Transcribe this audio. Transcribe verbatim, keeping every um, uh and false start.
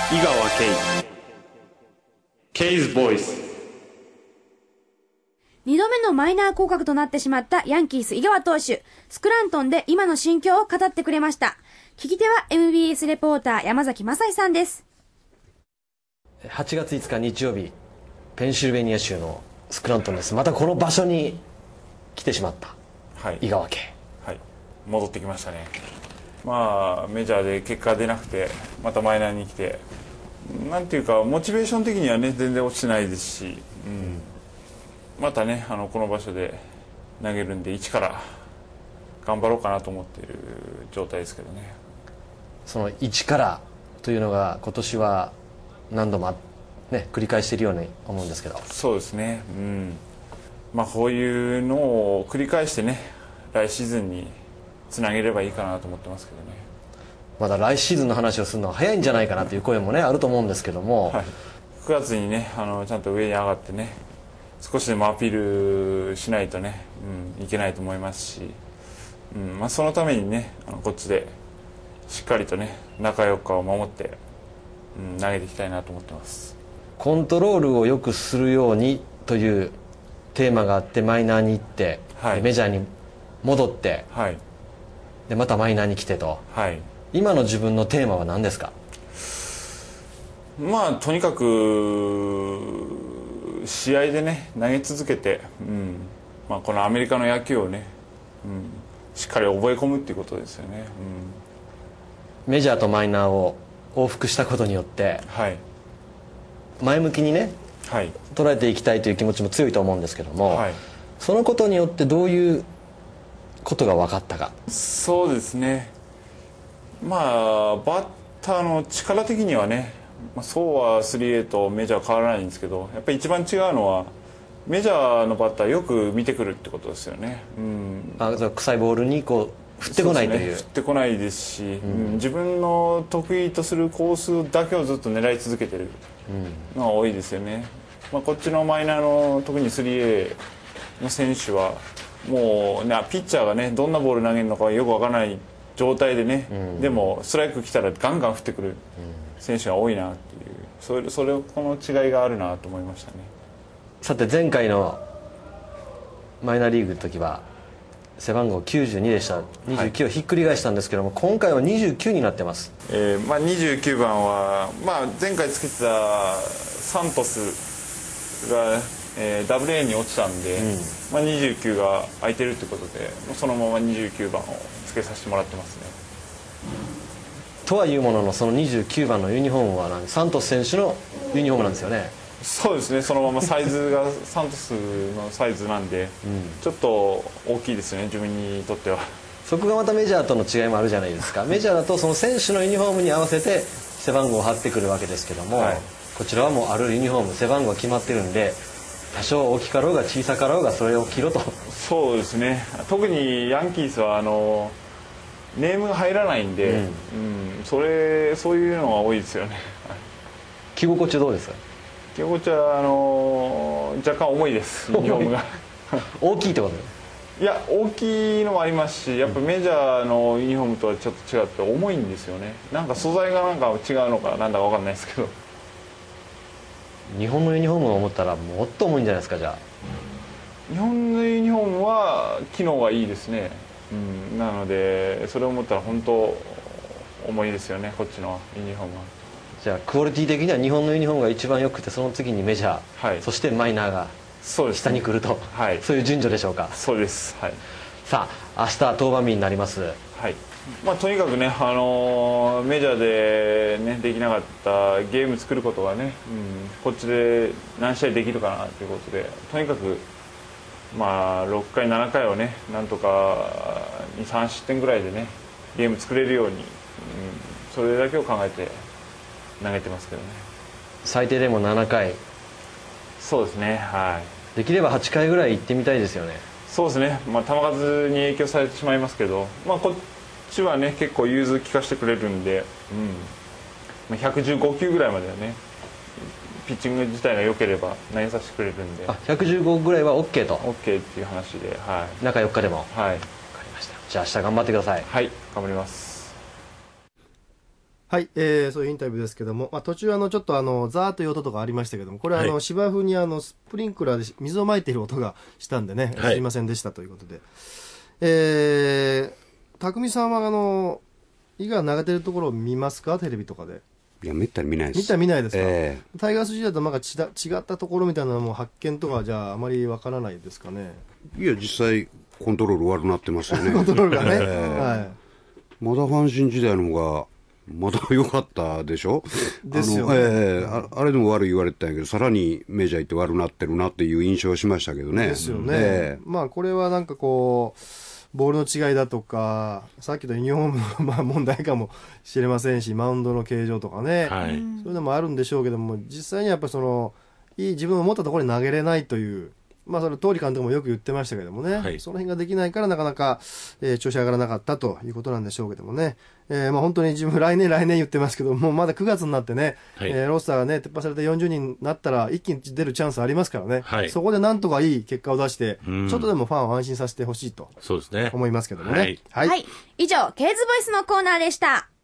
井川圭 K's Voice。 にどめのマイナー降格となってしまったヤンキース井川投手、スクラントンで今の心境を語ってくれました。聞き手は エムビーエス レポーター山崎正史さんです。 はちがついつか日曜日、ペンシルベニア州のスクラントンです。またこの場所に来てしまった、はい、井川家、 はい、戻ってきましたね。まあメジャーで結果が出なくてまたマイナーに来て、なんていうかモチベーション的にはね全然落ちてないですし、うん、またねあのこの場所で投げるんで一から頑張ろうかなと思っている状態ですけどね。 その一からというのが今年は何度も、ね、繰り返しているように思うんですけど。 そうですね、うん、まあこういうのを繰り返してね来シーズンにつなげればいいかなと思ってますけどね。 まだ来シーズンの話をするのは早いんじゃないかなという声もねあると思うんですけども、 はい、くがつにねあのちゃんと上に上がってね少しでもアピールしないとね、うん、いけないと思いますし、うんまあ、そのためにねあのこっちでしっかりとね中よっかを守って、うん、投げていきたいなと思ってます。 コントロールを良くするようにというテーマがあってマイナーに行って、はい、メジャーに戻って、はい、でまたマイナーに来てと、はい、今の自分のテーマは何ですか？ まあとにかく試合でね投げ続けて、うんまあ、このアメリカの野球をね、うん、しっかり覚え込むっていうことですよね、 うん、メジャーとマイナーを往復したことによって、はい、前向きにね、はい、捉えていきたいという気持ちも強いと思うんですけども、はい、そのことによってどういうことが分かったか。 そうですね、まあバッターの力的にはね、まあ、そうは スリーエー とメジャーは変わらないんですけど、やっぱり一番違うのはメジャーのバッターよく見てくるってことですよね、うん、 あ臭いボールにこう振ってこないという。 そうですね、振ってこないですし、うん、自分の得意とするコースだけをずっと狙い続けてるのが多いですよね、まあ、こっちのマイナーの特に スリーエー の選手はもう、ね、ピッチャーがねどんなボール投げるのかよくわからない状態でね、うん、でもストライク来たらガンガン振ってくる選手が多いなっていう、それ、それこの違いがあるなと思いましたね。 さて前回のマイナーリーグの時は背番号きゅうじゅうにでした。にじゅうきゅうをひっくり返したんですけども、はい、今回はにじゅうきゅうになってます。 えーまあ、にじゅうきゅうばんは、まあ、前回つけてたサントスが、えー、ダブルエー に落ちたんで、うんまあ、にじゅうきゅうが空いてるってことでそのままにじゅうきゅうばんをつけさせてもらってますね。 とはいうもののそのにじゅうきゅうばんのユニフォームはサントス選手のユニフォームなんですよね。 そうですね、そのままサイズがサントスのサイズなんで、うん、ちょっと大きいですね自分にとっては。 そこがまたメジャーとの違いもあるじゃないですか。メジャーだとその選手のユニフォームに合わせて背番号を貼ってくるわけですけども、はい、こちらはもうあるユニフォーム背番号が決まってるんで多少大きかろうが小さかろうがそれを着ろと。 そうですね、特にヤンキースはあのネームが入らないんで、うんうん、それそういうのが多いですよね。 着心地どうですか？ 着心地はあの若干重いですユニフォームが。 大きいってこと？ いや大きいのもありますし、やっぱメジャーのユニフォームとはちょっと違って重いんですよね。なんか素材がなんか違うのかなんだか分かんないですけど。 日本のユニフォームを思ったらもっと重いんじゃないですか？じゃあ日本のユニフォームは機能がいいですね、うん、なのでそれを思ったら本当重いですよねこっちのユニフォームは。 じゃあクオリティ的には日本のユニフォームが一番良くてその次にメジャー、はい、そしてマイナーが下に来ると、はい、そういう順序でしょうか？ そうです、はい、 さあ明日登板日になります。 はい、まあ、とにかくね、あのー、メジャーで、ね、できなかったゲーム作ることがね、うん、こっちで何試合できるかなということでとにかく、まあ、ろっかいななかいをねなんとかにさんしってんぐらいでねゲーム作れるように、うん、それだけを考えて投げてますけどね。 最低でもななかい。 そうですね、はい、 できればはちかいぐらい行ってみたいですよね。 そうですね、まあ、球数に影響されてしまいますけど、まあ、こっちはね結構融通利かしてくれるんで、うん、ひゃくじゅうごきゅうぐらいまではねピッチング自体が良ければ投げさせてくれるんで。 あ、ひゃくじゅうごぐらいは OK と。 OK っていう話で、はい、 中よっかでも。 はい、 分かりました。じゃあ明日頑張ってください。 はい、頑張ります。 はい、えー、そういうインタビューですけども、まあ、途中あのちょっとあのザーという音とかありましたけども、これはあの、はい、芝生にあのスプリンクラーで水をまいている音がしたんでね、はい、すいませんでしたということで、えー、匠さんはあの伊賀投げてるところを見ますか、テレビとかで。 いや、めったに見ないです。 めったに見ないですか。 えー、 タイガース時代となんかちだ違ったところみたいなのも発見とかじゃああまりわからないですかね。 いや、実際コントロール悪くなってますよね。 コントロールがね、えーはい、 まだ阪神時代の方がまだ良かったでしょ。 ですよね。 あの、えー、あ, あれでも悪い言われてたんやけど、さらにメジャー行って悪くなってるなっていう印象をしましたけどね。 ですよね。 えー、 まあこれはなんかこうボールの違いだとか、さっきのユニフォームのまあ問題かもしれませんし、マウンドの形状とかね、はい、そういうのもあるんでしょうけども、実際にやっぱりそのいい自分の思ったところに投げれないという、まあそれ通り監督もよく言ってましたけどもね、はい、その辺ができないからなかなか、えー、調子上がらなかったということなんでしょうけどもね、えー、まあ本当に自分来年来年言ってますけども、まだくがつになってね、はい、えー、ロースターがね撤廃されてよんじゅうにんになったら一気に出るチャンスありますからね、はい、そこでなんとかいい結果を出して、うん、ちょっとでもファンを安心させてほしいと思いますけどもね。 はい、 はいはい、以上ケーズボイスのコーナーでした。